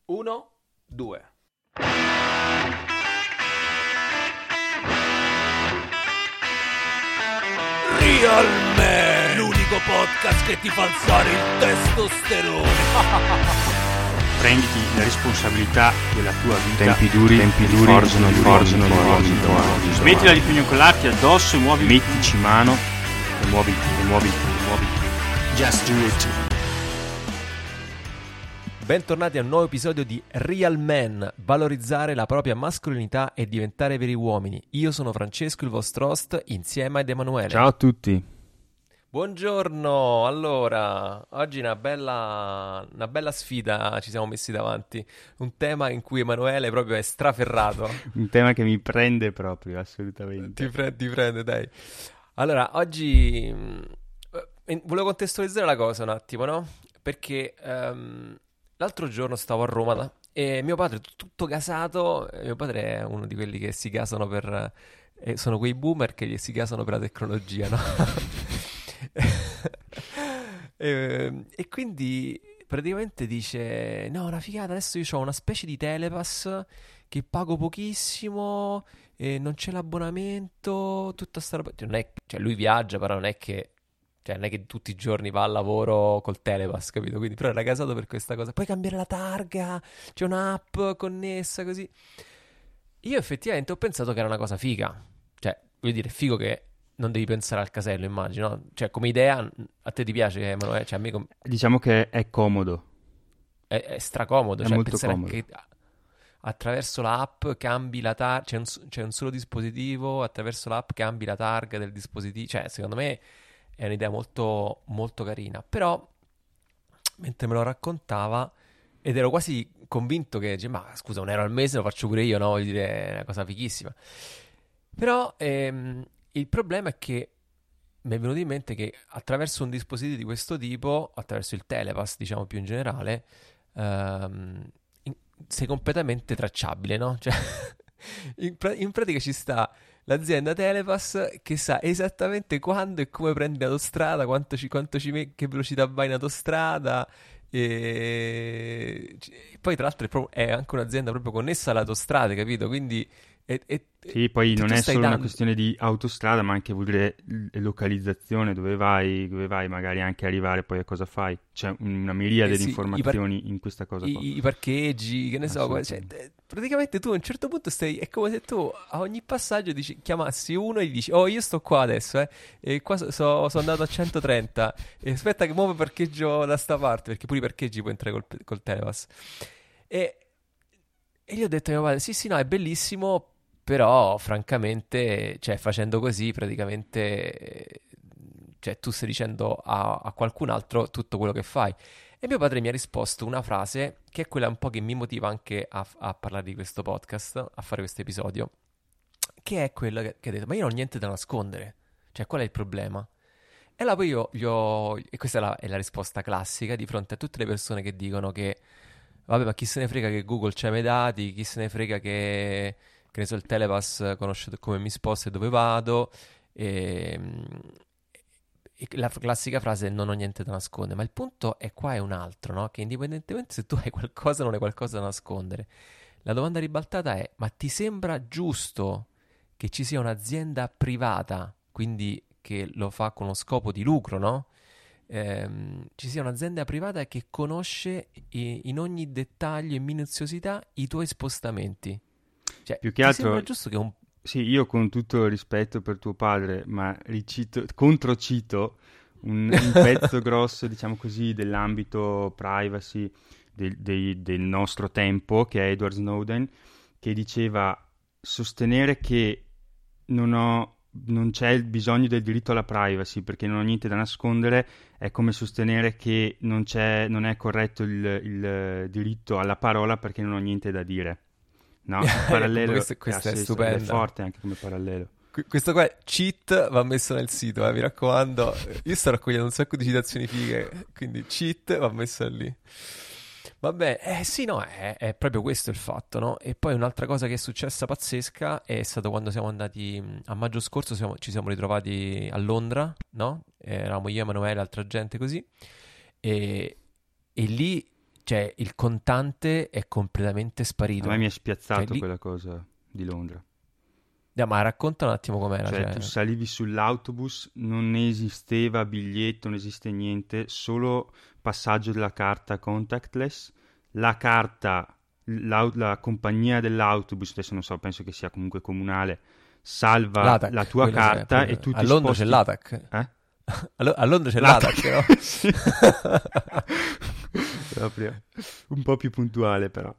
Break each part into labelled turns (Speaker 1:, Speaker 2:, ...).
Speaker 1: 1, 2.
Speaker 2: Real Man, l'unico podcast che ti fa alzare il testosterone.
Speaker 3: Prenditi la responsabilità della tua vita.
Speaker 4: Tempi duri, forgiano.
Speaker 3: Smettila di piagnucolarti addosso e mettici mano e muoviti.
Speaker 4: Just do it.
Speaker 1: Bentornati a un nuovo episodio di Real Man, valorizzare la propria mascolinità e diventare veri uomini. Io sono Francesco, il vostro host, insieme ad Emanuele.
Speaker 3: Ciao a tutti.
Speaker 1: Buongiorno, allora, oggi una bella sfida ci siamo messi davanti, un tema in cui Emanuele proprio è straferrato.
Speaker 3: Un tema che mi prende proprio, assolutamente.
Speaker 1: Ti prende, dai. Allora, oggi volevo contestualizzare la cosa un attimo, no? Perché l'altro giorno stavo a Roma e mio padre tutto gasato, mio padre è uno di quelli che si gasano per... sono quei boomer che si gasano per la tecnologia, no? E quindi praticamente dice: no, una figata, adesso io ho una specie di telepass che pago pochissimo e non c'è l'abbonamento, tutta sta roba. Cioè, lui viaggia, però non è che tutti i giorni va al lavoro col telepass, capito? Quindi però era gasato per questa cosa. Puoi cambiare la targa, c'è un'app connessa così. Io effettivamente ho pensato che era una cosa figa. Cioè, voglio dire, figo che non devi pensare al casello, immagino, no? Cioè, come idea, a te ti piace, Emanuele? Cioè, a me
Speaker 3: Diciamo che è comodo.
Speaker 1: è stracomodo.
Speaker 3: È
Speaker 1: Cioè,
Speaker 3: molto
Speaker 1: pensare
Speaker 3: comodo.
Speaker 1: che attraverso l'app cambi la targa, c'è un solo dispositivo, attraverso l'app cambi la targa del dispositivo. Cioè, secondo me è un'idea molto, molto carina. Però, mentre me lo raccontava, ed ero quasi convinto che, ma scusa, €1 al mese lo faccio pure io, no? Voglio dire, è una cosa fighissima. Però il problema è che mi è venuto in mente che attraverso un dispositivo di questo tipo, attraverso il telepass, diciamo più in generale, sei completamente tracciabile, no? Cioè, in pratica ci sta l'azienda Telepass che sa esattamente quando e come prendi l'autostrada, che velocità vai in autostrada. E poi tra l'altro è anche un'azienda proprio connessa alle autostrade, capito? Quindi
Speaker 3: Sì, poi non
Speaker 1: tu
Speaker 3: è
Speaker 1: stai
Speaker 3: solo una
Speaker 1: dando...
Speaker 3: questione di autostrada, ma anche vuol dire localizzazione, dove vai, magari anche arrivare poi a cosa fai. C'è una miriade di
Speaker 1: sì,
Speaker 3: informazioni in questa cosa qua.
Speaker 1: i parcheggi, che ne so, cioè,
Speaker 3: Assolutamente.
Speaker 1: praticamente tu a un certo punto è come se tu a ogni passaggio chiamassi uno e gli dici: oh, io sto qua adesso, e qua sono andato a 130, e aspetta che muovo parcheggio da sta parte, perché pure i parcheggi puoi entrare col Telepass. E gli ho detto a mio padre: sì, no, è bellissimo, però francamente, cioè, facendo così praticamente, cioè, tu stai dicendo a qualcun altro tutto quello che fai. E mio padre mi ha risposto una frase che è quella un po' che mi motiva anche a parlare di questo podcast, a fare questo episodio, che è quella che ha detto: ma io non ho niente da nascondere, cioè qual è il problema? E allora poi e questa è la risposta classica di fronte a tutte le persone che dicono che vabbè, ma chi se ne frega che Google c'ha i miei dati, chi se ne frega che ne so, il Telepass conosce come mi sposto e dove vado, e la classica frase è: non ho niente da nascondere. Ma il punto è qua è un altro, no? Che indipendentemente se tu hai qualcosa o non hai qualcosa da nascondere, la domanda ribaltata è: ma ti sembra giusto che ci sia un'azienda privata, quindi che lo fa con lo scopo di lucro, no? Ci sia un'azienda privata che conosce in ogni dettaglio e minuziosità i tuoi spostamenti. Cioè,
Speaker 3: Più che
Speaker 1: ti
Speaker 3: altro,
Speaker 1: sembra giusto che un...
Speaker 3: sì, io con tutto il rispetto per tuo padre, ma controcito un pezzo grosso, diciamo così, dell'ambito privacy del nostro tempo, che è Edward Snowden, che diceva: sostenere che non c'è il bisogno del diritto alla privacy perché non ho niente da nascondere è come sostenere che non è corretto il diritto alla parola perché non ho niente da dire. No, il parallelo
Speaker 1: questa è
Speaker 3: ed è
Speaker 1: stupenda.
Speaker 3: forte anche come parallelo.
Speaker 1: Questo qua, cheat, va messo nel sito, mi raccomando. Io sto raccogliendo un sacco di citazioni fighe, quindi cheat va messo lì. Vabbè, sì, no, è proprio questo il fatto, no? E poi un'altra cosa che è successa pazzesca è stato quando siamo andati a maggio scorso, ci siamo ritrovati a Londra, no? Eravamo io, Emanuele, altra gente così, e lì cioè il contante è completamente
Speaker 3: A
Speaker 1: sparito.
Speaker 3: me mi è spiazzato
Speaker 1: Cioè, lì...
Speaker 3: quella cosa di Londra.
Speaker 1: Ma racconta un attimo com'era.
Speaker 3: Cioè,
Speaker 1: Cioè...
Speaker 3: tu salivi sull'autobus, non esisteva biglietto, non esiste niente, solo passaggio della carta contactless. La carta, la compagnia dell'autobus, adesso non so, penso che sia comunque comunale, salva la
Speaker 1: L'ATAC,
Speaker 3: tua
Speaker 1: quella c'è
Speaker 3: carta e
Speaker 1: proprio.
Speaker 3: tu
Speaker 1: A
Speaker 3: ti
Speaker 1: Londra c'è
Speaker 3: sposti.
Speaker 1: l'ATAC.
Speaker 3: Eh?
Speaker 1: A Londra c'è
Speaker 3: L'ATAC,
Speaker 1: l'ATAC, no?
Speaker 3: sì. Proprio un po' più puntuale però.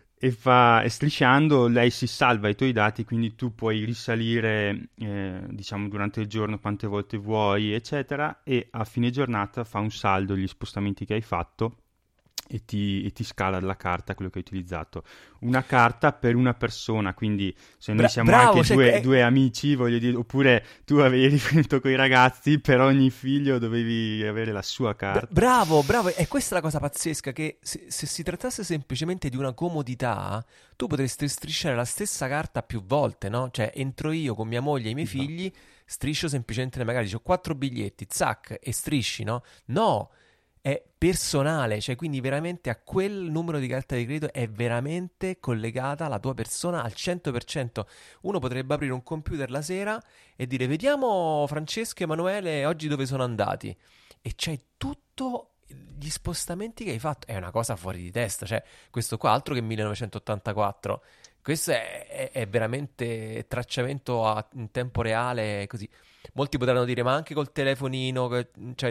Speaker 3: E strisciando lei si salva i tuoi dati, quindi tu puoi risalire, diciamo, durante il giorno quante volte vuoi, eccetera, e a fine giornata fa un saldo degli spostamenti che hai fatto e ti scala la carta quello che hai utilizzato. Una carta per una persona, quindi se noi siamo
Speaker 1: Bravo,
Speaker 3: anche
Speaker 1: cioè,
Speaker 3: due amici, voglio dire, oppure tu avevi riferito con i ragazzi, per ogni figlio dovevi avere la sua carta.
Speaker 1: bravo, bravo, e questa è la cosa pazzesca, che se si trattasse semplicemente di una comodità, tu potresti strisciare la stessa carta più volte, no? Cioè, entro io con mia moglie e i miei
Speaker 3: Esatto.
Speaker 1: figli, striscio semplicemente, magari ho 4 biglietti, zac, e strisci, no? No, è personale, cioè quindi veramente a quel numero di carta di credito è veramente collegata la tua persona al 100%. Uno potrebbe aprire un computer la sera e dire: vediamo Francesco e Emanuele oggi dove sono andati, e c'hai tutto gli spostamenti che hai fatto. È una cosa fuori di testa, cioè questo qua altro che 1984. Questo è veramente tracciamento in tempo reale, così. Molti potranno dire: ma anche col telefonino, cioè,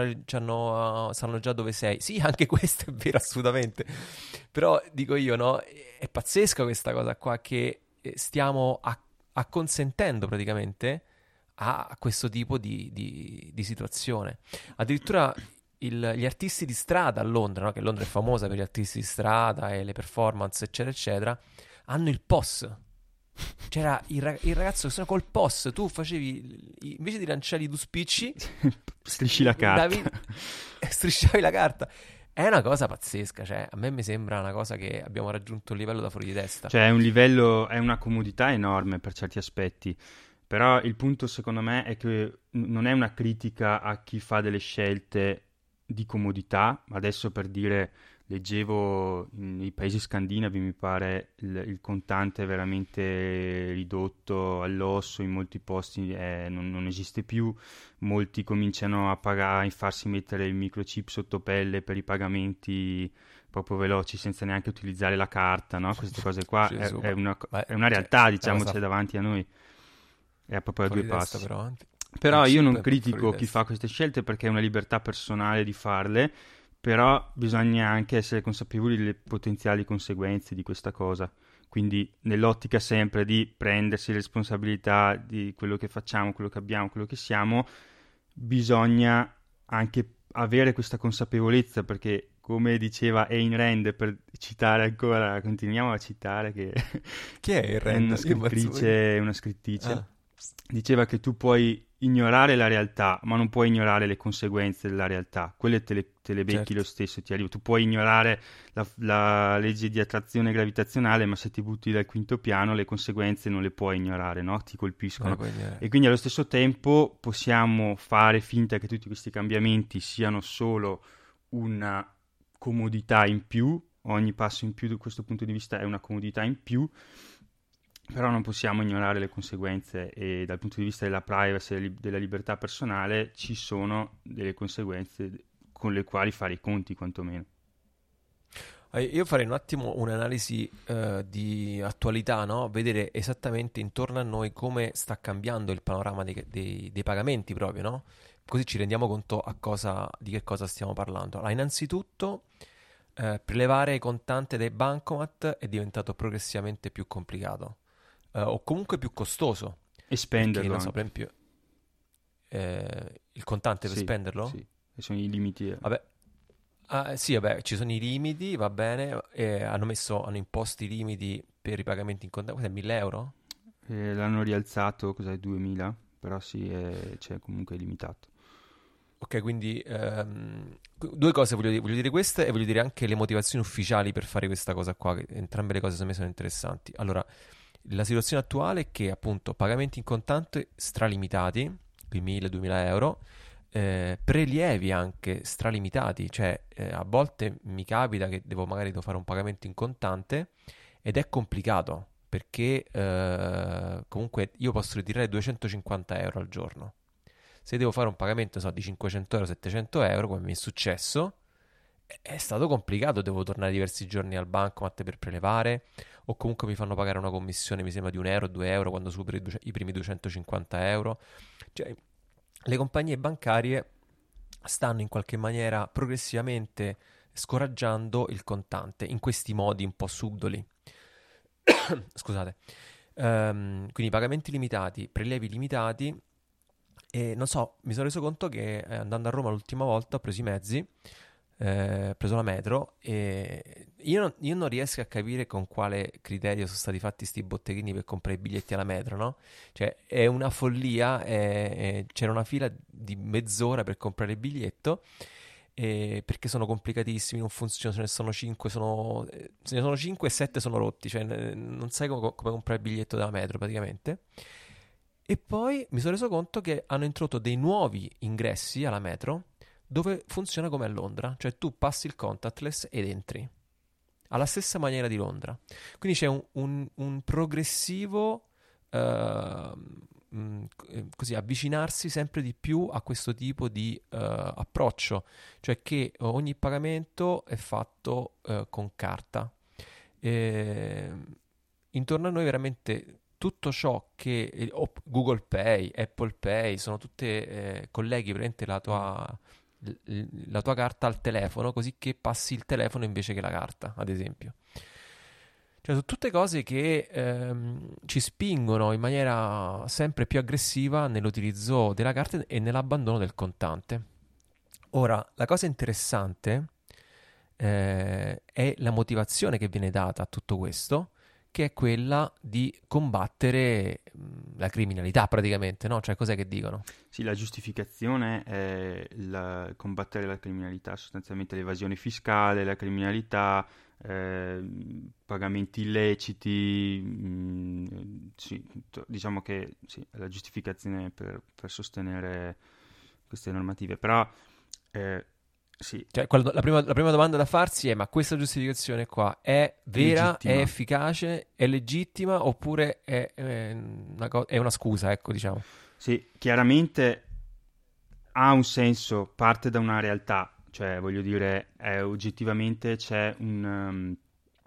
Speaker 1: sanno già dove sei. Sì, anche questo è vero, assolutamente. Però dico io, no? È pazzesca questa cosa qua, che stiamo acconsentendo praticamente a questo tipo di situazione. Addirittura gli artisti di strada a Londra, no? Che Londra è famosa per gli artisti di strada e le performance, eccetera, eccetera, hanno il POS. C'era il ragazzo che suona col POS, tu facevi, invece di lanciare i due spicci,
Speaker 3: Strisci la carta.
Speaker 1: strisciavi la carta. È una cosa pazzesca, cioè a me mi sembra una cosa che abbiamo raggiunto un livello da fuori di testa.
Speaker 3: Cioè è un livello, è una comodità enorme per certi aspetti, però il punto secondo me è che non è una critica a chi fa delle scelte di comodità. Adesso per dire, leggevo nei paesi scandinavi, mi pare, il contante è veramente ridotto all'osso, in molti posti non esiste più, molti cominciano a pagare, a farsi mettere il microchip sotto pelle per i pagamenti proprio veloci senza neanche utilizzare la carta, no? Queste cose qua
Speaker 1: Gesù,
Speaker 3: è una
Speaker 1: cioè,
Speaker 3: realtà,
Speaker 1: è
Speaker 3: diciamo,
Speaker 1: una cosa
Speaker 3: c'è davanti a noi, è proprio a
Speaker 1: fuori
Speaker 3: due
Speaker 1: di testa,
Speaker 3: passi.
Speaker 1: però.
Speaker 3: Però
Speaker 1: Il
Speaker 3: io
Speaker 1: chip
Speaker 3: non
Speaker 1: è fuori
Speaker 3: critico
Speaker 1: di
Speaker 3: chi
Speaker 1: testa.
Speaker 3: fa queste scelte perché è una libertà personale di farle, però bisogna anche essere consapevoli delle potenziali conseguenze di questa cosa. Quindi nell'ottica sempre di prendersi responsabilità di quello che facciamo, quello che abbiamo, quello che siamo, bisogna anche avere questa consapevolezza, perché come diceva Ayn Rand, per citare ancora, continuiamo a citare, che
Speaker 1: Chi è il
Speaker 3: è una
Speaker 1: Rand? Io mazzo-
Speaker 3: scrittrice, una scrittrice,
Speaker 1: Ah,
Speaker 3: diceva che tu puoi ignorare la realtà, ma non puoi ignorare le conseguenze della realtà. Quelle te le becchi lo
Speaker 1: certo,
Speaker 3: stesso, ti arriva. Tu puoi ignorare la legge di attrazione gravitazionale, ma se ti butti dal quinto piano le conseguenze non le puoi ignorare, no? Ti
Speaker 1: non le
Speaker 3: colpiscono.
Speaker 1: puoi dire.
Speaker 3: E quindi allo stesso tempo possiamo fare finta che tutti questi cambiamenti siano solo una comodità in più, ogni passo in più da questo punto di vista è una comodità in più, però non possiamo ignorare le conseguenze, e dal punto di vista della privacy e della libertà personale ci sono delle conseguenze con le quali fare i conti, quantomeno.
Speaker 1: Io farei un attimo un'analisi di attualità, no? Vedere esattamente intorno a noi come sta cambiando il panorama dei pagamenti proprio, no? Così ci rendiamo conto di che cosa stiamo parlando. Allora, innanzitutto, prelevare contante dai bancomat è diventato progressivamente più complicato, o comunque più costoso,
Speaker 3: E
Speaker 1: perché,
Speaker 3: spenderlo
Speaker 1: non so, per
Speaker 3: anche.
Speaker 1: esempio, il contante per
Speaker 3: Sì,
Speaker 1: spenderlo?
Speaker 3: sì, e sono i limiti.
Speaker 1: Vabbè, sì, vabbè, ci sono i limiti, va bene. Hanno imposto i limiti per i pagamenti in contanti. Cos'è, 1000 euro?
Speaker 3: L'hanno rialzato, cos'è, 2000? Però sì, c'è comunque limitato.
Speaker 1: Ok, quindi due cose voglio dire. Voglio dire queste, e voglio dire anche le motivazioni ufficiali per fare questa cosa qua, che entrambe le cose secondo me sono interessanti. Allora, la situazione attuale è che appunto pagamenti in contante stralimitati, quindi 1000-2000 euro, prelievi anche stralimitati, cioè a volte mi capita che magari devo fare un pagamento in contante ed è complicato perché comunque io posso ritirare 250 euro al giorno. Se devo fare un pagamento, so, di 500 euro, 700 euro, come mi è successo, è stato complicato, devo tornare diversi giorni al bancomat per prelevare, o comunque mi fanno pagare una commissione, mi sembra di 1 euro, 2 euro, quando superi i primi 250 euro. Cioè, le compagnie bancarie stanno in qualche maniera progressivamente scoraggiando il contante in questi modi un po' subdoli. Scusate. Quindi pagamenti limitati, prelievi limitati. E non so, mi sono reso conto che andando a Roma l'ultima volta ho preso i mezzi, ho preso la metro e io non riesco a capire con quale criterio sono stati fatti sti botteghini per comprare i biglietti alla metro, no? Cioè è una follia, c'era una fila di mezz'ora per comprare il biglietto perché sono complicatissimi, non funzionano, ce ne sono 5, ce ne sono 5 e 7 sono rotti, cioè non sai come comprare il biglietto della metro praticamente. E poi mi sono reso conto che hanno introdotto dei nuovi ingressi alla metro dove funziona come a Londra, cioè tu passi il contactless ed entri alla stessa maniera di Londra. Quindi c'è un progressivo così avvicinarsi sempre di più a questo tipo di approccio, cioè che ogni pagamento è fatto con carta. E intorno a noi veramente tutto ciò che Google Pay, Apple Pay sono tutte colleghi praticamente la tua carta al telefono, così che passi il telefono invece che la carta, ad esempio. Cioè, sono tutte cose che ci spingono in maniera sempre più aggressiva nell'utilizzo della carta e nell'abbandono del contante. Ora, la cosa interessante è la motivazione che viene data a tutto questo, che è quella di combattere la criminalità praticamente, no? Cioè, cos'è che dicono?
Speaker 3: Sì, la giustificazione è combattere la criminalità, sostanzialmente l'evasione fiscale, la criminalità, pagamenti illeciti, sì, diciamo che sì, è la giustificazione per sostenere queste normative, però sì.
Speaker 1: Cioè, la prima domanda da farsi è: ma questa giustificazione qua è vera,
Speaker 3: Legittima.
Speaker 1: è efficace, è legittima oppure è una scusa, ecco, diciamo.
Speaker 3: Sì, chiaramente ha un senso, parte da una realtà, cioè voglio dire, oggettivamente c'è un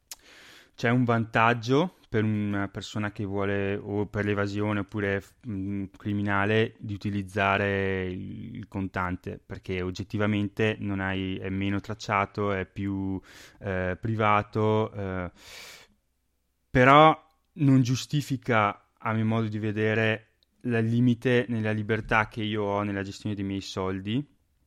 Speaker 3: vantaggio per una persona che vuole, o per l'evasione oppure criminale, di utilizzare il contante, perché oggettivamente è meno tracciato, è più privato, però non giustifica, a mio modo di vedere, il limite nella libertà che io ho nella gestione dei miei soldi,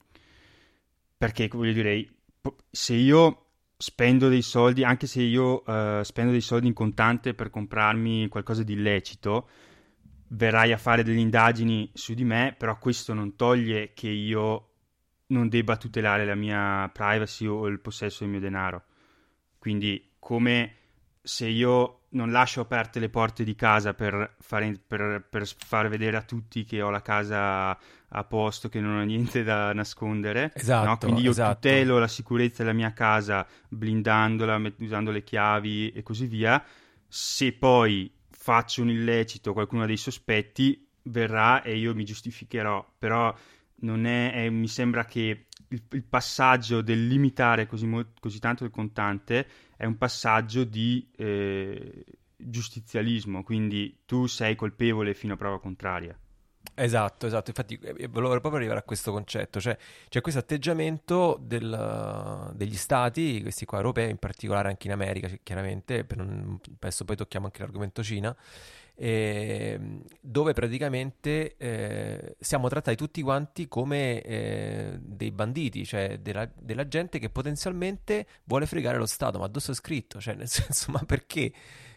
Speaker 3: perché voglio dire, se io spendo dei soldi, anche se io spendo dei soldi in contante per comprarmi qualcosa di illecito, verrai a fare delle indagini su di me, però questo non toglie che io non debba tutelare la mia privacy o il possesso del mio denaro. Quindi, come se io non lascio aperte le porte di casa per far vedere a tutti che ho la casa a posto, che non ho niente da nascondere,
Speaker 1: Esatto,
Speaker 3: no? Quindi io
Speaker 1: esatto.
Speaker 3: tutelo la sicurezza della mia casa blindandola, usando le chiavi e così via. Se poi faccio un illecito, qualcuno dei sospetti verrà e io mi giustificherò, però non mi sembra che il passaggio del limitare così tanto il contante è un passaggio di giustizialismo, quindi tu sei colpevole fino a prova contraria.
Speaker 1: Esatto, infatti volevo proprio arrivare a questo concetto, cioè c'è questo atteggiamento degli stati, questi qua europei, in particolare anche in America, chiaramente, adesso poi tocchiamo anche l'argomento Cina, dove praticamente siamo trattati tutti quanti come dei banditi, cioè della gente che potenzialmente vuole fregare lo Stato, ma dove è scritto? Cioè, nel senso, ma perché?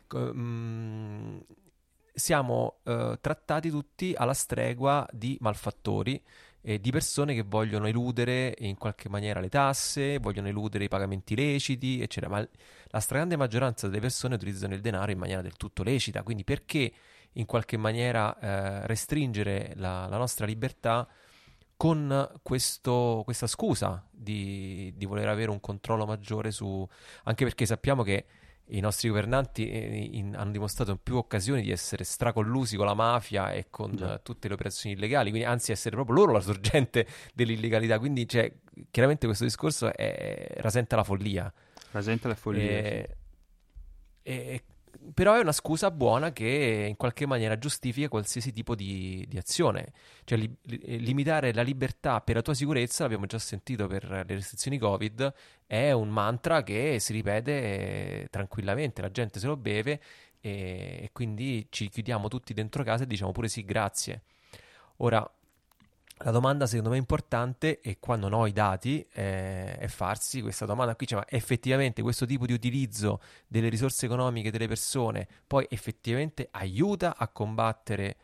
Speaker 1: Siamo trattati tutti alla stregua di malfattori e di persone che vogliono eludere in qualche maniera le tasse, vogliono eludere i pagamenti leciti, eccetera. Ma la stragrande maggioranza delle persone utilizzano il denaro in maniera del tutto lecita, quindi perché in qualche maniera restringere la nostra libertà con questa scusa di voler avere un controllo maggiore su... Anche perché sappiamo che i nostri governanti hanno dimostrato in più occasioni di essere stracollusi con la mafia e con
Speaker 3: Già,
Speaker 1: tutte le operazioni illegali, quindi anzi essere proprio loro la sorgente dell'illegalità. Quindi cioè, chiaramente questo discorso rasenta la follia.
Speaker 3: rasenta la follia, sì.
Speaker 1: E, e- Però è una scusa buona che in qualche maniera giustifica qualsiasi tipo di azione. Cioè limitare la libertà per la tua sicurezza, l'abbiamo già sentito per le restrizioni Covid, è un mantra che si ripete tranquillamente, la gente se lo beve e quindi ci chiudiamo tutti dentro casa e diciamo pure sì, grazie. Ora, la domanda secondo me importante e quando non ho i dati è farsi questa domanda qui, cioè ma effettivamente questo tipo di utilizzo delle risorse economiche delle persone poi effettivamente aiuta a combattere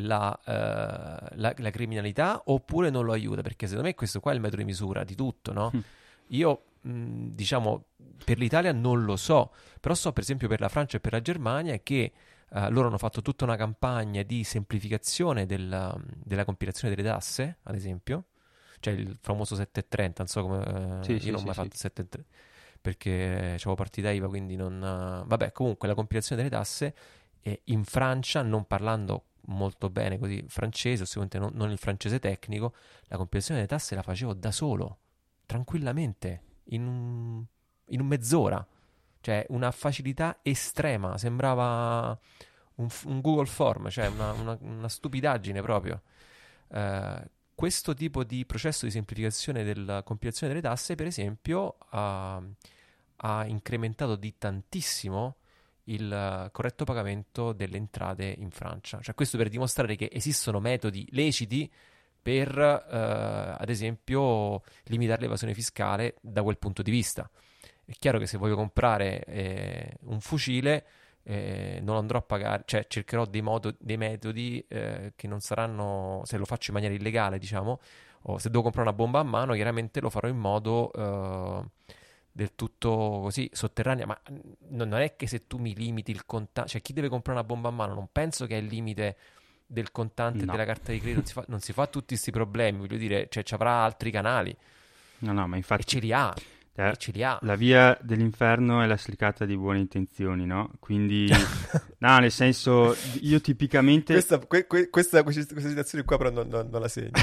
Speaker 1: la criminalità oppure non lo aiuta? Perché secondo me questo qua è il metro di misura di tutto, no?
Speaker 3: Hm.
Speaker 1: Io, diciamo, per l'Italia non lo so, però so per esempio per la Francia e per la Germania che loro hanno fatto tutta una campagna di semplificazione della compilazione delle tasse, ad esempio, cioè il famoso 730, non so come...
Speaker 3: Sì,
Speaker 1: io
Speaker 3: sì,
Speaker 1: non ho
Speaker 3: sì,
Speaker 1: mai
Speaker 3: sì.
Speaker 1: fatto il 730 perché avevo partita IVA, quindi non... vabbè, comunque la compilazione delle tasse in Francia, non parlando molto bene così francese, o sicuramente non il francese tecnico, la compilazione delle tasse la facevo da solo, tranquillamente, in un mezz'ora. Cioè, una facilità estrema, sembrava un Google Form, cioè una stupidaggine proprio. Questo tipo di processo di semplificazione della compilazione delle tasse, per esempio, ha incrementato di tantissimo il corretto pagamento delle entrate in Francia. Cioè, questo per dimostrare che esistono metodi leciti per, ad esempio, limitare l'evasione fiscale da quel punto di vista. È chiaro che se voglio comprare un fucile non andrò a pagare, cioè cercherò dei metodi che non saranno, se lo faccio in maniera illegale, diciamo, o se devo comprare una bomba a mano, chiaramente lo farò in modo del tutto così sotterranea. Ma non è che se tu mi limiti il contante, cioè chi deve comprare una bomba a mano, non penso che è il limite del contante e
Speaker 3: No.
Speaker 1: della carta di credito, non si fa tutti questi problemi, voglio dire, cioè ci avrà altri canali
Speaker 3: No, no, ma
Speaker 1: e
Speaker 3: infatti
Speaker 1: ce li ha,
Speaker 3: eh,
Speaker 1: e ce li ha.
Speaker 3: la via dell'inferno è lastricata di buone intenzioni, no? Quindi, no, nel senso, io tipicamente...
Speaker 1: Questa situazione qua però non la segno.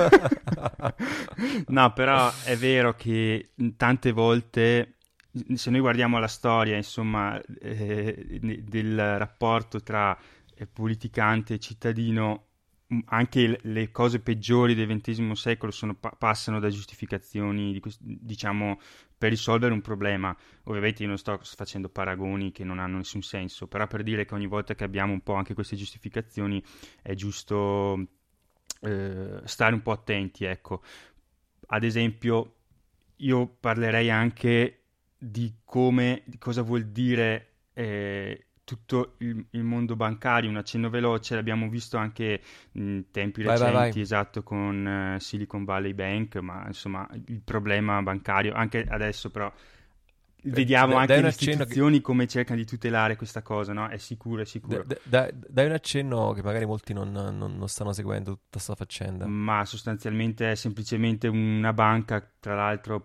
Speaker 3: No, però è vero che tante volte, se noi guardiamo la storia, insomma, del rapporto tra politicante e cittadino, anche le cose peggiori del XX secolo passano da giustificazioni, diciamo, per risolvere un problema. Ovviamente io non sto facendo paragoni che non hanno nessun senso, però per dire che ogni volta che abbiamo un po' anche queste giustificazioni è giusto stare un po' attenti, ecco. Ad esempio, io parlerei anche di cosa vuol dire tutto il mondo bancario, un accenno veloce, l'abbiamo visto anche in tempi
Speaker 1: Vai, vai, vai.
Speaker 3: recenti, esatto, con Silicon Valley Bank, ma insomma il problema bancario, anche adesso però vediamo
Speaker 1: Dai
Speaker 3: anche
Speaker 1: un
Speaker 3: le
Speaker 1: accenno che,
Speaker 3: istituzioni come cercano di tutelare questa cosa, no? È sicuro, è sicuro.
Speaker 1: dai un accenno che magari molti non stanno seguendo tutta questa faccenda.
Speaker 3: Ma sostanzialmente è semplicemente una banca, tra l'altro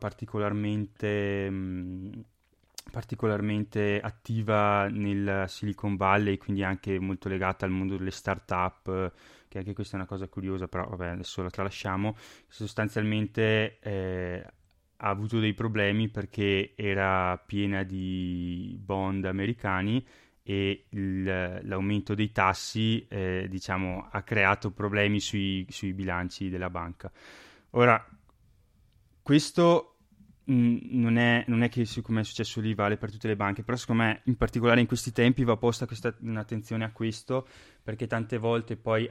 Speaker 3: particolarmente attiva nel Silicon Valley, quindi anche molto legata al mondo delle start-up, che anche questa è una cosa curiosa, però vabbè, adesso la tralasciamo. Sostanzialmente ha avuto dei problemi perché era piena di bond americani e l'aumento dei tassi, diciamo, ha creato problemi sui bilanci della banca. Ora, questo non è che come è successo lì vale per tutte le banche, però secondo me in particolare in questi tempi va posta un'attenzione a questo, perché tante volte poi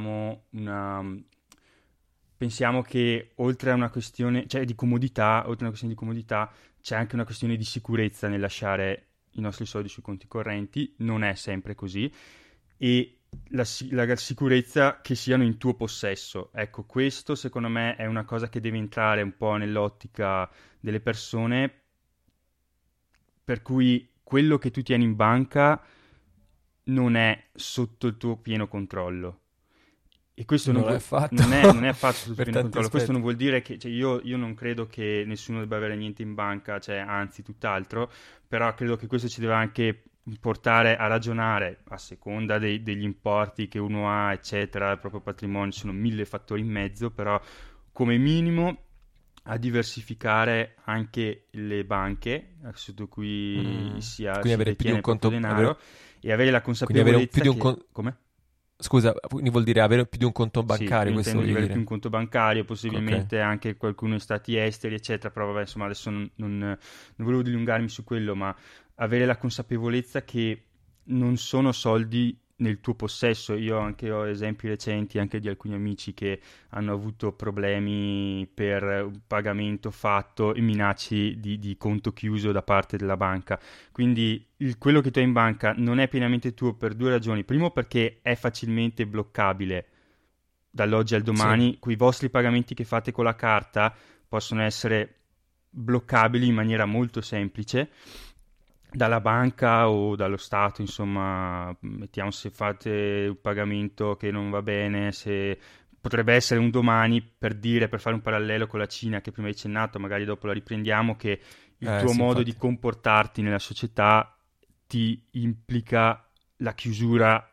Speaker 3: pensiamo che oltre a una questione, cioè di comodità, oltre a una questione di comodità, c'è anche una questione di sicurezza nel lasciare i nostri soldi sui conti correnti, non è sempre così, e la sicurezza che siano in tuo possesso. Ecco, questo secondo me è una cosa che deve entrare un po' nell'ottica delle persone, per cui quello che tu tieni in banca non è sotto il tuo pieno controllo. E questo
Speaker 1: non è fatto
Speaker 3: non è affatto tutto
Speaker 1: per
Speaker 3: pieno
Speaker 1: tanti
Speaker 3: controllo. Questo
Speaker 1: aspetti.
Speaker 3: non vuol dire che, cioè, io non credo che nessuno debba avere niente in banca, cioè, anzi, tutt'altro, però credo che questo ci deve anche portare a ragionare a seconda degli importi che uno ha, eccetera, il proprio patrimonio, ci sono mille fattori in mezzo, però come minimo a diversificare anche le banche sotto cui
Speaker 1: Quindi
Speaker 3: si
Speaker 1: avere più di
Speaker 3: detiene
Speaker 1: un
Speaker 3: il proprio
Speaker 1: conto,
Speaker 3: denaro e avere la
Speaker 1: quindi avere più
Speaker 3: consapevolezza
Speaker 1: di un
Speaker 3: che...
Speaker 1: conto,
Speaker 3: Come?
Speaker 1: scusa, quindi vuol dire avere più di un conto
Speaker 3: Sì,
Speaker 1: bancario,
Speaker 3: io
Speaker 1: questo
Speaker 3: intendo di
Speaker 1: voglio
Speaker 3: avere più un
Speaker 1: dire.
Speaker 3: conto bancario,
Speaker 1: Ok.
Speaker 3: possibilmente anche qualcuno in stati esteri, eccetera, però vabbè, insomma, adesso non volevo dilungarmi su quello, ma avere la consapevolezza che non sono soldi nel tuo possesso. Io anche ho esempi recenti anche di alcuni amici che hanno avuto problemi per un pagamento fatto e minacce di conto chiuso da parte della banca. Quindi quello che tu hai in banca non è pienamente tuo per due ragioni. Primo, perché è facilmente bloccabile dall'oggi al
Speaker 1: Sì,
Speaker 3: domani, quei vostri pagamenti che fate con la carta possono essere bloccabili in maniera molto semplice dalla banca o dallo Stato, insomma, mettiamo se fate un pagamento che non va bene, se potrebbe essere un domani, per dire, per fare un parallelo con la Cina che prima hai accennato, magari dopo la riprendiamo, che il tuo
Speaker 1: sì,
Speaker 3: modo di
Speaker 1: infatti.
Speaker 3: comportarti nella società ti implica la chiusura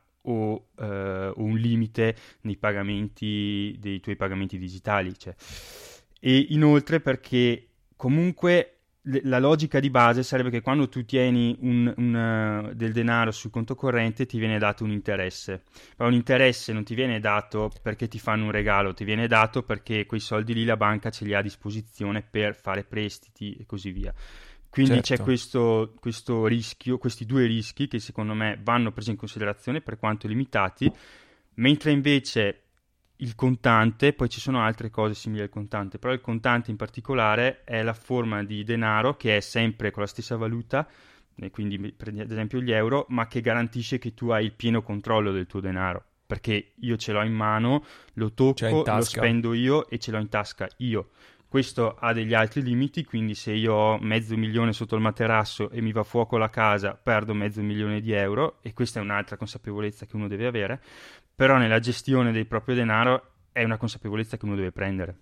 Speaker 3: o un limite nei pagamenti dei tuoi pagamenti digitali, cioè. E inoltre perché comunque la logica di base sarebbe che quando tu tieni del denaro sul conto corrente ti viene dato un interesse, ma un interesse non ti viene dato perché ti fanno un regalo, ti viene dato perché quei soldi lì la banca ce li ha a disposizione per fare prestiti e così via. Quindi c'è
Speaker 1: Certo.
Speaker 3: questo rischio, questi due rischi che secondo me vanno presi in considerazione per quanto limitati, mentre invece il contante, poi ci sono altre cose simili al contante, però il contante in particolare è la forma di denaro che è sempre con la stessa valuta, e quindi prendi ad esempio gli euro, ma che garantisce che tu hai il pieno controllo del tuo denaro, perché io ce l'ho in mano, lo
Speaker 1: Cioè in
Speaker 3: tocco, lo
Speaker 1: tasca.
Speaker 3: spendo io e ce l'ho in tasca io. Questo ha degli altri limiti, quindi se io ho mezzo milione sotto il materasso e mi va a fuoco la casa, perdo mezzo milione di euro e questa è un'altra consapevolezza che uno deve avere, però nella gestione del proprio denaro è una consapevolezza che uno deve prendere.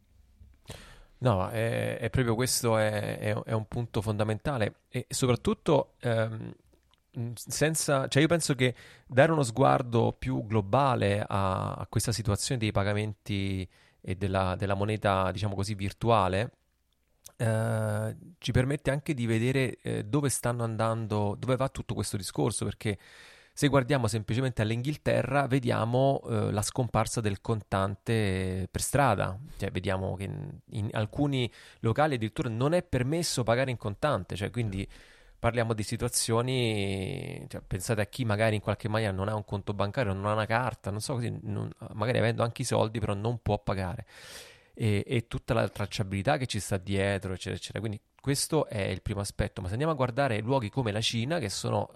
Speaker 1: No, è proprio questo è un punto fondamentale e soprattutto senza, cioè io penso che dare uno sguardo più globale a questa situazione dei pagamenti e della moneta, diciamo così, virtuale, ci permette anche di vedere dove stanno andando, dove va tutto questo discorso, perché se guardiamo semplicemente all'Inghilterra, vediamo la scomparsa del contante per strada, cioè vediamo che in alcuni locali addirittura non è permesso pagare in contante, cioè quindi parliamo di situazioni, cioè, pensate a chi magari in qualche maniera non ha un conto bancario, non ha una carta, non so così, magari avendo anche i soldi però non può pagare e tutta la tracciabilità che ci sta dietro, eccetera, eccetera. Quindi questo è il primo aspetto. Ma se andiamo a guardare luoghi come la Cina, che sono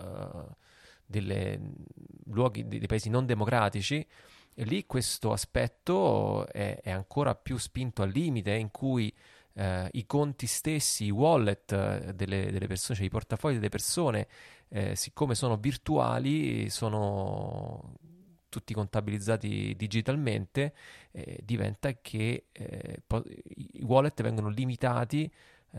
Speaker 1: luoghi dei paesi non democratici, e lì questo aspetto è ancora più spinto al limite, in cui i conti stessi, i wallet delle persone, cioè i portafogli delle persone, siccome sono virtuali, sono tutti contabilizzati digitalmente, diventa che i wallet vengono limitati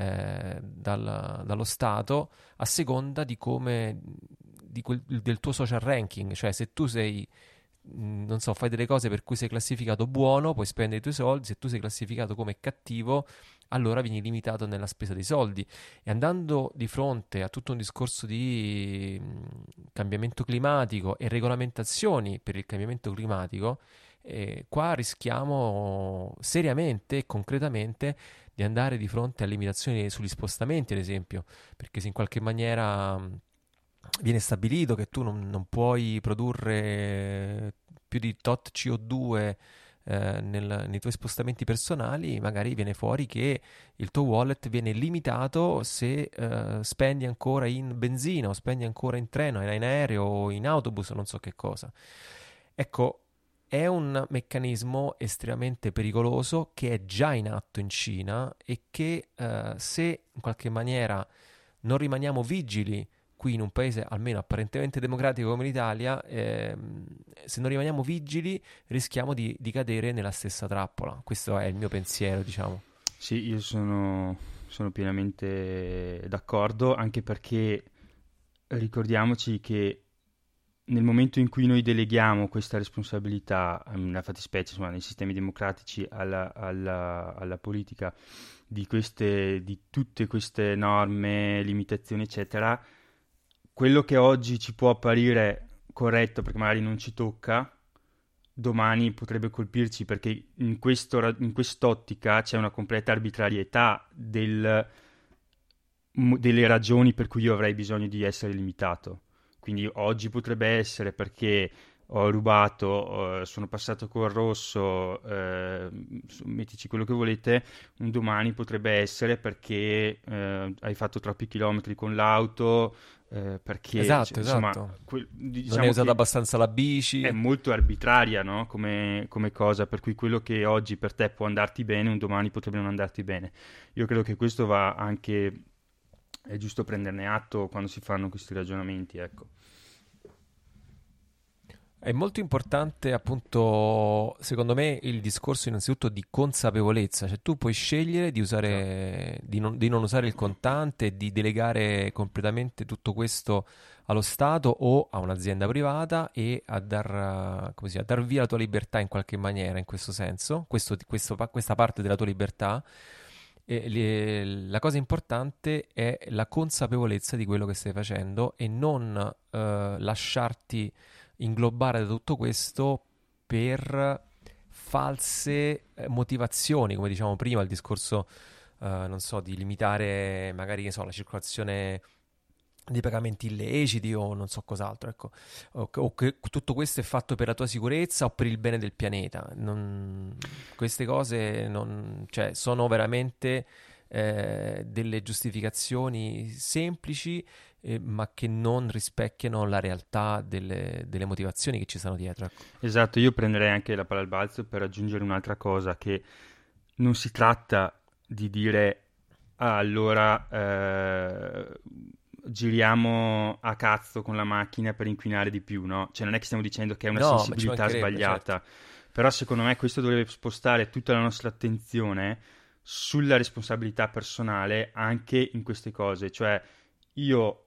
Speaker 1: dallo Stato a seconda di come del tuo social ranking, cioè se tu sei non so, fai delle cose per cui sei classificato buono, puoi spendere i tuoi soldi, se tu sei classificato come cattivo, allora vieni limitato nella spesa dei soldi. E andando di fronte a tutto un discorso di cambiamento climatico e regolamentazioni per il cambiamento climatico, qua rischiamo seriamente e concretamente di andare di fronte a limitazioni sugli spostamenti, ad esempio, perché se in qualche maniera viene stabilito che tu non puoi produrre più di tot CO2 nei tuoi spostamenti personali, magari viene fuori che il tuo wallet viene limitato se spendi ancora in benzina o spendi ancora in treno, in aereo o in autobus o non so che cosa. Ecco, è un meccanismo estremamente pericoloso che è già in atto in Cina e che se in qualche maniera non rimaniamo vigili qui in un paese almeno apparentemente democratico come l'Italia, se non rimaniamo vigili rischiamo di cadere nella stessa trappola. Questo è il mio pensiero, diciamo.
Speaker 3: Sì, io sono pienamente d'accordo, anche perché ricordiamoci che nel momento in cui noi deleghiamo questa responsabilità, nella fattispecie, insomma, nei sistemi democratici, alla politica, di tutte queste norme, limitazioni, eccetera, quello che oggi ci può apparire corretto perché magari non ci tocca, domani potrebbe colpirci, perché in quest'ottica c'è una completa arbitrarietà delle ragioni per cui io avrei bisogno di essere limitato. Quindi oggi potrebbe essere perché ho rubato, sono passato col rosso, mettici quello che volete. Un domani potrebbe essere perché hai fatto troppi chilometri con l'auto, perché
Speaker 1: Esatto,
Speaker 3: insomma
Speaker 1: esatto. Non
Speaker 3: diciamo
Speaker 1: hai usato
Speaker 3: che
Speaker 1: abbastanza la bici.
Speaker 3: è molto arbitraria, no? Come cosa, per cui quello che oggi per te può andarti bene, un domani potrebbe non andarti bene. Io credo che questo va anche, è giusto prenderne atto quando si fanno questi ragionamenti, ecco.
Speaker 1: È molto importante, appunto, secondo me, il discorso innanzitutto di consapevolezza, cioè tu puoi scegliere di
Speaker 3: Esatto.
Speaker 1: usare, di non usare il contante e di delegare completamente tutto questo allo Stato o a un'azienda privata e a come si dice, a dar via la tua libertà in qualche maniera, in questo senso, questa parte della tua libertà. E la cosa importante è la consapevolezza di quello che stai facendo e non lasciarti inglobare da tutto questo per false motivazioni, come diciamo prima, il discorso, non so, di limitare magari, che so, la circolazione di pagamenti illeciti o non so cos'altro, ecco. O che tutto questo è fatto per la tua sicurezza o per il bene del pianeta. Queste cose cioè, sono veramente delle giustificazioni semplici, ma che non rispecchiano la realtà delle motivazioni che ci sono dietro, ecco.
Speaker 3: Esatto, io prenderei anche la palla al balzo per aggiungere un'altra cosa, che non si tratta di dire "Ah, allora giriamo a cazzo con la macchina per inquinare di più", no? Cioè non è che stiamo dicendo che è una
Speaker 1: No, ma ci
Speaker 3: sensibilità
Speaker 1: mancherebbe, certo.
Speaker 3: sbagliata, però secondo me questo dovrebbe spostare tutta la nostra attenzione sulla responsabilità personale anche in queste cose, cioè io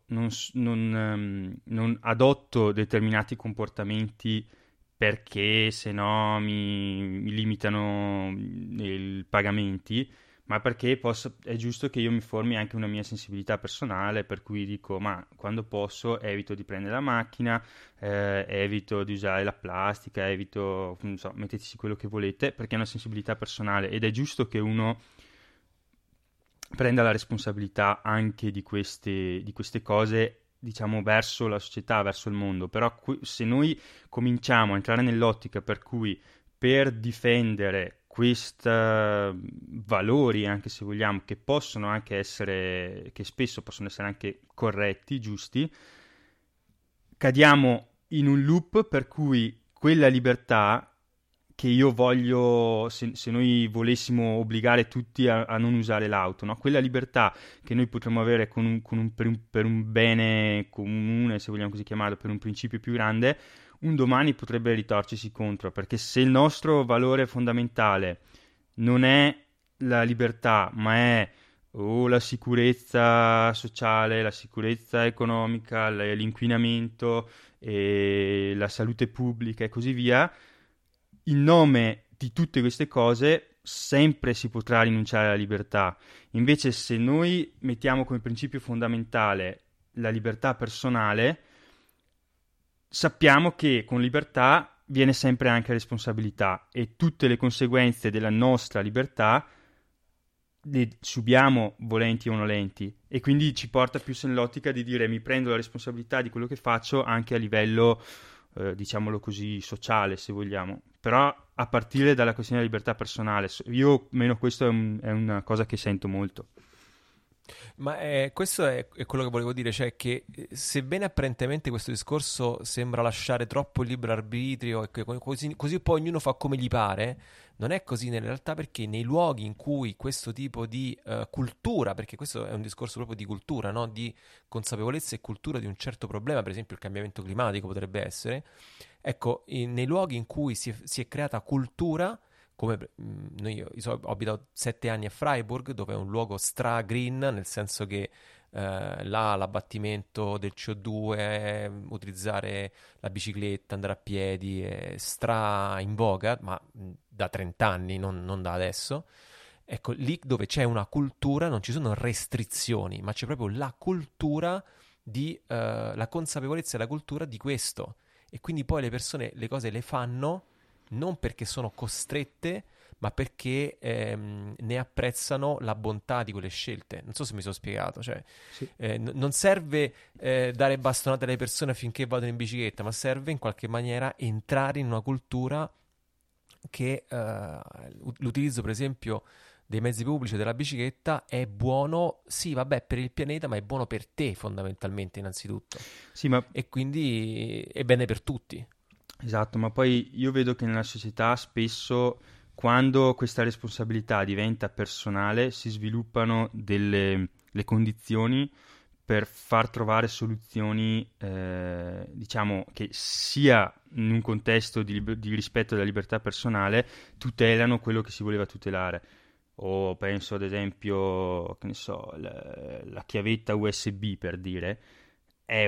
Speaker 3: non adotto determinati comportamenti perché se no mi limitano i pagamenti, ma perché è giusto che io mi formi anche una mia sensibilità personale, per cui dico, ma quando posso evito di prendere la macchina, evito di usare la plastica, evito, non so, metteteci quello che volete, perché è una sensibilità personale ed è giusto che uno prenda la responsabilità anche di queste cose, diciamo, verso la società, verso il mondo. Però se noi cominciamo a entrare nell'ottica per cui per difendere questi valori, anche se vogliamo, che possono anche essere, che spesso possono essere anche corretti, giusti, cadiamo in un loop per cui quella libertà che io voglio, se noi volessimo obbligare tutti a non usare l'auto, no? Quella libertà che noi potremmo avere per un bene comune, se vogliamo così chiamarlo, per un principio più grande, un domani potrebbe ritorcersi contro, perché se il nostro valore fondamentale non è la libertà, ma è o la sicurezza sociale, la sicurezza economica, l'inquinamento, e la salute pubblica e così via, in nome di tutte queste cose sempre si potrà rinunciare alla libertà. Invece se noi mettiamo come principio fondamentale la libertà personale, sappiamo che con libertà viene sempre anche responsabilità e tutte le conseguenze della nostra libertà le subiamo volenti o nolenti, e quindi ci porta più nell'ottica di dire mi prendo la responsabilità di quello che faccio anche a livello diciamolo così sociale, se vogliamo, però a partire dalla questione della libertà personale. Io meno questo è una cosa che sento molto.
Speaker 1: Ma questo è quello che volevo dire, cioè che sebbene apparentemente questo discorso sembra lasciare troppo il libero arbitrio e così poi ognuno fa come gli pare, non è così nella realtà, perché nei luoghi in cui questo tipo di cultura, perché questo è un discorso proprio di cultura, no? Di consapevolezza e cultura di un certo problema, per esempio il cambiamento climatico potrebbe essere, ecco, nei luoghi in cui si è creata cultura come ho abitato 7 anni a Freiburg, dove è un luogo stra-green, nel senso che là l'abbattimento del CO2, utilizzare la bicicletta, andare a piedi è stra in voga, ma da 30 anni, non da adesso. Ecco, lì dove c'è una cultura non ci sono restrizioni, ma c'è proprio la cultura di la consapevolezza e la cultura di questo. E quindi poi le persone le cose le fanno non perché sono costrette, ma perché ne apprezzano la bontà di quelle scelte. Non so se mi sono spiegato, cioè
Speaker 3: Sì.
Speaker 1: non serve dare bastonate alle persone affinché vadano in bicicletta, ma serve in qualche maniera entrare in una cultura che l'utilizzo, per esempio, dei mezzi pubblici e della bicicletta è buono, sì, vabbè, per il pianeta, ma è buono per te fondamentalmente, innanzitutto.
Speaker 3: Sì, ma
Speaker 1: E quindi è bene per tutti.
Speaker 3: esatto, ma poi io vedo che nella società spesso, quando questa responsabilità diventa personale, si sviluppano delle le condizioni per far trovare soluzioni, diciamo, che sia in un contesto di rispetto della libertà personale, tutelano quello che si voleva tutelare. O penso ad esempio, che ne so, la chiavetta USB, per dire, è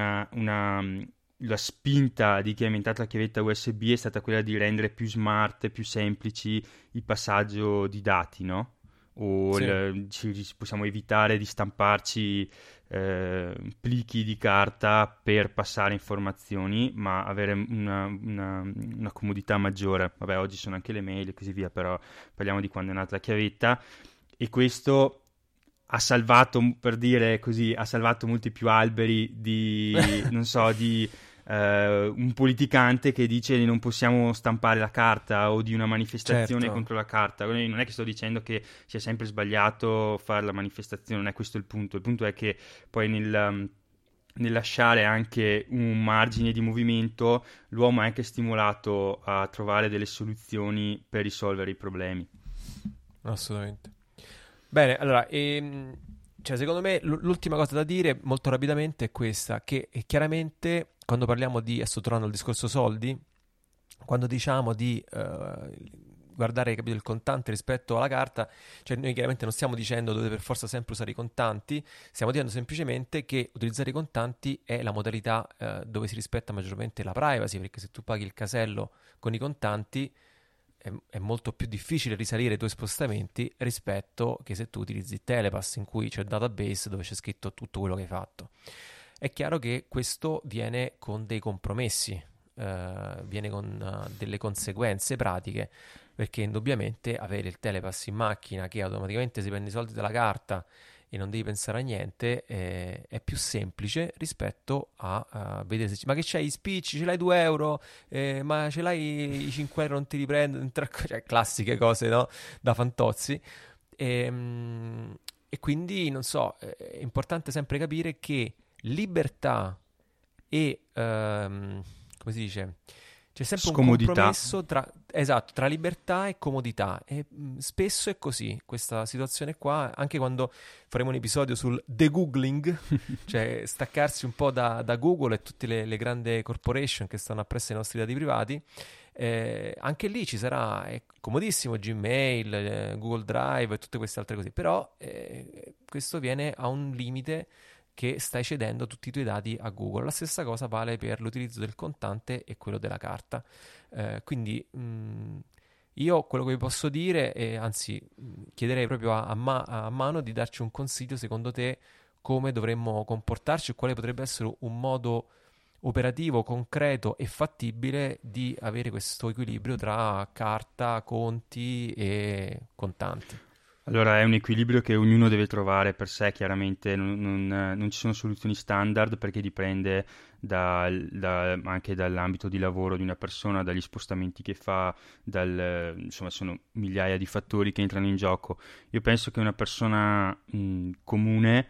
Speaker 3: la spinta di chi ha inventato la chiavetta USB è stata quella di rendere più smart, più semplici il passaggio di dati, no? O
Speaker 1: Sì.
Speaker 3: possiamo evitare di stamparci plichi di carta per passare informazioni, ma avere una comodità maggiore. Vabbè, oggi sono anche le mail e così via, però parliamo di quando è nata la chiavetta, e questo ha salvato, per dire così, ha salvato molti più alberi di, non so, di un politicante che dice che non possiamo stampare la carta, o di una manifestazione
Speaker 1: Certo.
Speaker 3: contro la carta. Quindi non è che sto dicendo che sia sempre sbagliato fare la manifestazione, non è questo il punto. Il punto è che poi nel lasciare anche un margine di movimento, l'uomo è anche stimolato a trovare delle soluzioni per risolvere i problemi.
Speaker 1: Assolutamente. Bene, allora, cioè, secondo me l'ultima cosa da dire molto rapidamente è questa, che chiaramente quando parliamo di, adesso tornando al discorso soldi, quando diciamo di guardare, capito, il contante rispetto alla carta, cioè noi chiaramente non stiamo dicendo dovete per forza sempre usare i contanti, stiamo dicendo semplicemente che utilizzare i contanti è la modalità dove si rispetta maggiormente la privacy, perché se tu paghi il casello con i contanti è molto più difficile risalire i tuoi spostamenti rispetto che se tu utilizzi Telepass, in cui c'è il database dove c'è scritto tutto quello che hai fatto. È chiaro che questo viene con dei compromessi, viene con delle conseguenze pratiche, perché indubbiamente avere il Telepass in macchina che automaticamente si prende i soldi dalla carta e non devi pensare a niente, è più semplice rispetto a vedere se ma che c'hai i spicci, ce l'hai 2 euro, ma ce l'hai i 5 euro, non ti riprendo, cioè, classiche cose, no? Da fantozzi. E quindi, non so, è importante sempre capire che libertà e, come si dice, c'è sempre un
Speaker 3: Scomodità.
Speaker 1: compromesso tra, esatto, tra libertà e comodità, e spesso è così, questa situazione qua, anche quando faremo un episodio sul degoogling, cioè staccarsi un po' da Google e tutte le grandi corporation che stanno appresso ai nostri dati privati. Anche lì ci sarà, è comodissimo Gmail, Google Drive e tutte queste altre cose, però questo viene a un limite che stai cedendo tutti i tuoi dati a Google. La stessa cosa vale per l'utilizzo del contante e quello della carta. Quindi io quello che vi posso dire, e anzi chiederei proprio a Mano di darci un consiglio, secondo te, come dovremmo comportarci e quale potrebbe essere un modo operativo, concreto e fattibile di avere questo equilibrio tra carta, conti e contanti.
Speaker 3: Allora, è un equilibrio che ognuno deve trovare per sé, chiaramente non ci sono soluzioni standard perché dipende anche dall'ambito di lavoro di una persona, dagli spostamenti che fa, insomma, sono migliaia di fattori che entrano in gioco. Io penso che una persona comune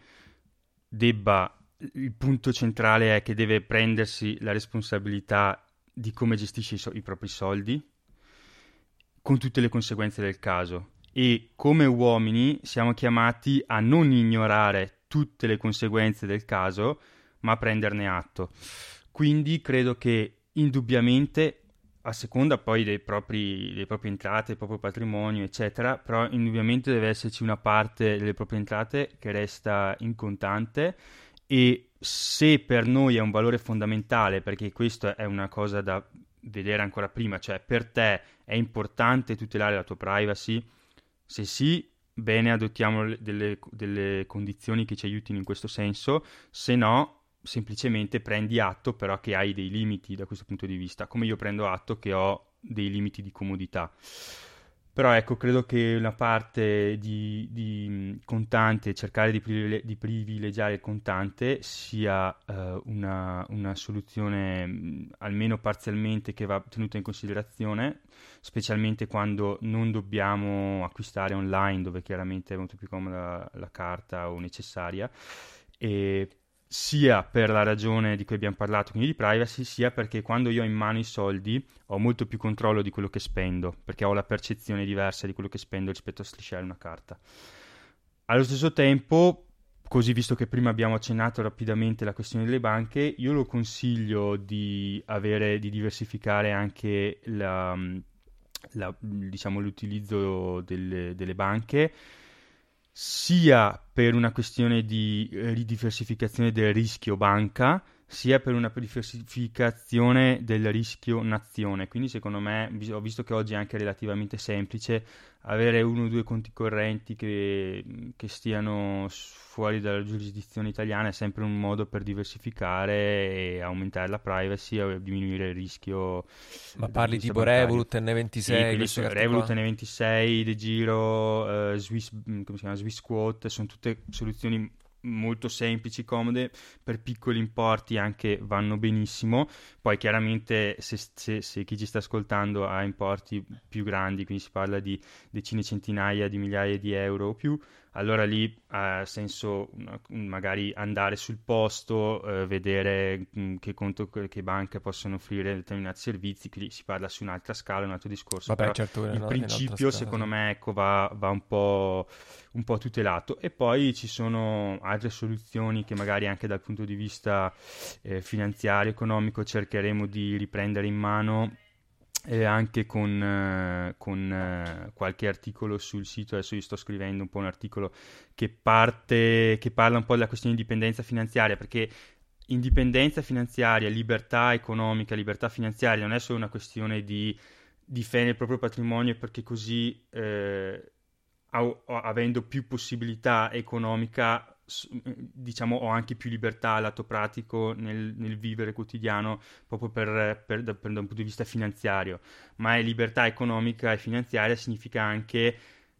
Speaker 3: il punto centrale è che deve prendersi la responsabilità di come gestisce i propri soldi, con tutte le conseguenze del caso. E come uomini siamo chiamati a non ignorare tutte le conseguenze del caso, ma a prenderne atto. Quindi credo che indubbiamente, a seconda poi delle proprie entrate, del proprio patrimonio, eccetera, però indubbiamente deve esserci una parte delle proprie entrate che resta in contante, e se per noi è un valore fondamentale, perché questo è una cosa da vedere ancora prima, cioè per te è importante tutelare la tua privacy? Se sì, bene, adottiamo delle condizioni che ci aiutino in questo senso, se no, semplicemente prendi atto però che hai dei limiti da questo punto di vista, come io prendo atto che ho dei limiti di comodità. Però ecco, credo che una parte di contante, cercare di privilegiare il contante sia una soluzione almeno parzialmente che va tenuta in considerazione, specialmente quando non dobbiamo acquistare online, dove chiaramente è molto più comoda la carta o necessaria, e sia per la ragione di cui abbiamo parlato, quindi di privacy, sia perché quando io ho in mano i soldi ho molto più controllo di quello che spendo, perché ho la percezione diversa di quello che spendo rispetto a strisciare una carta. Allo stesso tempo, così visto che prima abbiamo accennato rapidamente la questione delle banche, io lo consiglio di diversificare anche diciamo, l'utilizzo delle banche, sia per una questione di ridiversificazione del rischio banca, sia per una diversificazione del rischio nazione. Quindi secondo me, ho visto che oggi è anche relativamente semplice avere uno o due conti correnti che stiano fuori dalla giurisdizione italiana, è sempre un modo per diversificare e aumentare la privacy o diminuire il rischio.
Speaker 1: Ma parli tipo
Speaker 3: bancario.
Speaker 1: Revolut, N26,
Speaker 3: Sì,
Speaker 1: queste carte
Speaker 3: Revolut,
Speaker 1: qua?
Speaker 3: N26, De Giro, come si chiama? Swissquote, sono tutte soluzioni molto semplici, comode, per piccoli importi anche vanno benissimo. Poi chiaramente se chi ci sta ascoltando ha importi più grandi, quindi si parla di decine, centinaia di migliaia di euro o più, allora lì ha senso magari andare sul posto, vedere che banche possono offrire determinati servizi, quindi si parla su un'altra scala, un altro discorso.
Speaker 1: Vabbè,
Speaker 3: Però
Speaker 1: certo,
Speaker 3: il principio secondo
Speaker 1: sì.
Speaker 3: me ecco, va un po' tutelato. E poi ci sono altre soluzioni che magari anche dal punto di vista finanziario, economico, cercheremo di riprendere in mano, anche con qualche articolo sul sito. Adesso io sto scrivendo un po' un articolo che parla un po' della questione di indipendenza finanziaria, perché indipendenza finanziaria, libertà economica, libertà finanziaria non è solo una questione di difendere il proprio patrimonio, perché così avendo più possibilità economica, diciamo, ho anche più libertà lato pratico nel vivere quotidiano, proprio da un punto di vista finanziario. Ma è libertà economica e finanziaria significa anche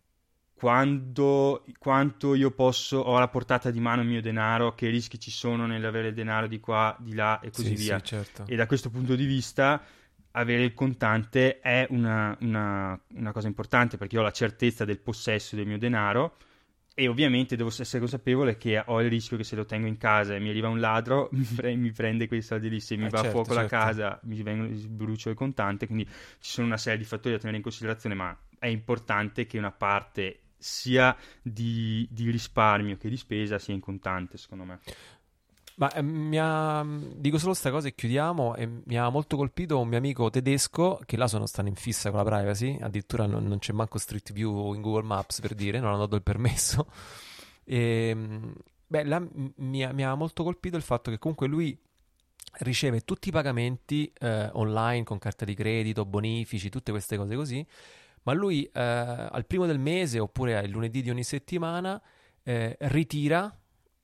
Speaker 3: quanto io ho alla portata di mano il mio denaro, che rischi ci sono nell'avere denaro di qua, di là e così via.
Speaker 1: Sì, certo.
Speaker 3: E da questo punto di vista avere il contante è una cosa importante, perché io ho la certezza del possesso del mio denaro, e ovviamente devo essere consapevole che ho il rischio che se lo tengo in casa e mi arriva un ladro mi prende quei soldi lì, se mi va a
Speaker 1: Certo,
Speaker 3: fuoco la
Speaker 1: certo.
Speaker 3: casa brucio il contante. Quindi ci sono una serie di fattori da tenere in considerazione, ma è importante che una parte sia di risparmio che di spesa sia in contante, secondo me.
Speaker 1: Ma dico solo sta cosa e chiudiamo. E mi ha molto colpito un mio amico tedesco che là stanno in fissa con la privacy. Addirittura non c'è manco Street View in Google Maps, per dire, non hanno dato il permesso. E, beh, là mi ha molto colpito il fatto che comunque lui riceve tutti i pagamenti online con carta di credito, bonifici, tutte queste cose così. Ma lui al primo del mese oppure il lunedì di ogni settimana ritira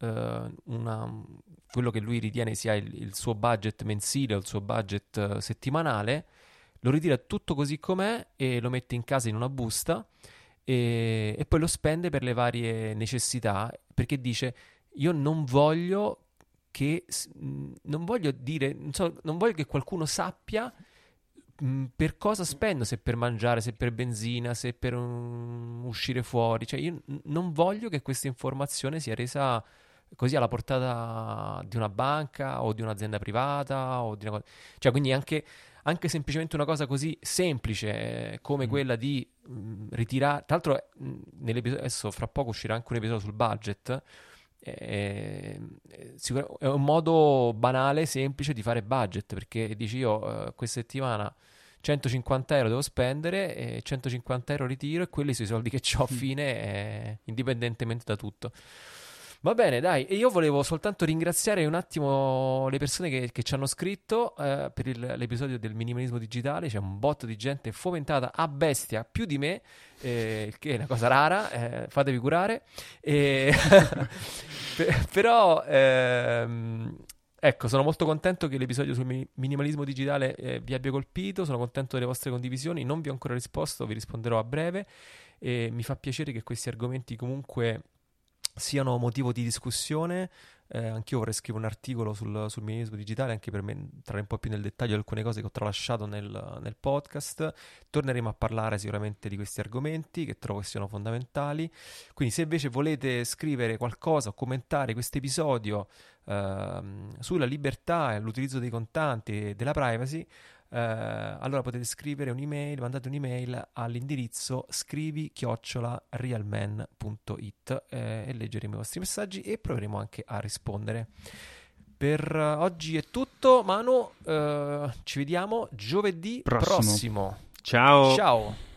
Speaker 1: quello che lui ritiene sia il suo budget mensile o il suo budget settimanale, lo ritira tutto così com'è e lo mette in casa in una busta, e poi lo spende per le varie necessità, perché dice io non voglio non voglio dire, non voglio che qualcuno sappia per cosa spendo, se per mangiare, se per benzina, se per uscire fuori. Cioè, io non voglio che questa informazione sia resa così alla portata di una banca o di un'azienda privata o di una cosa. Cioè, quindi anche semplicemente una cosa così semplice come quella di ritirare. Tra l'altro, adesso fra poco uscirà anche un episodio sul budget. È un modo banale, semplice di fare budget, perché dici io questa settimana 150 euro devo spendere e 150 euro ritiro e quelli sono i soldi che ho a fine, indipendentemente da tutto. Va bene, dai, e io volevo soltanto ringraziare un attimo le persone che ci hanno scritto per l'episodio del minimalismo digitale. C'è un botto di gente fomentata a bestia, più di me, che è una cosa rara, fatevi curare. Però, ecco, sono molto contento che l'episodio sul minimalismo digitale vi abbia colpito, sono contento delle vostre condivisioni, non vi ho ancora risposto, vi risponderò a breve e mi fa piacere che questi argomenti comunque siano motivo di discussione. Anch'io vorrei scrivere un articolo sul minimalismo digitale, anche per me entrare un po' più nel dettaglio di alcune cose che ho tralasciato nel podcast. Torneremo a parlare sicuramente di questi argomenti che trovo che siano fondamentali. Quindi se invece volete scrivere qualcosa o commentare questo episodio sulla libertà e l'utilizzo dei contanti e della privacy, allora potete scrivere un'email, mandate un'email all'indirizzo scrivi@realman.it e leggeremo i vostri messaggi e proveremo anche a rispondere. Per oggi è tutto, Manu, ci vediamo giovedì prossimo.
Speaker 3: Ciao.
Speaker 1: Ciao.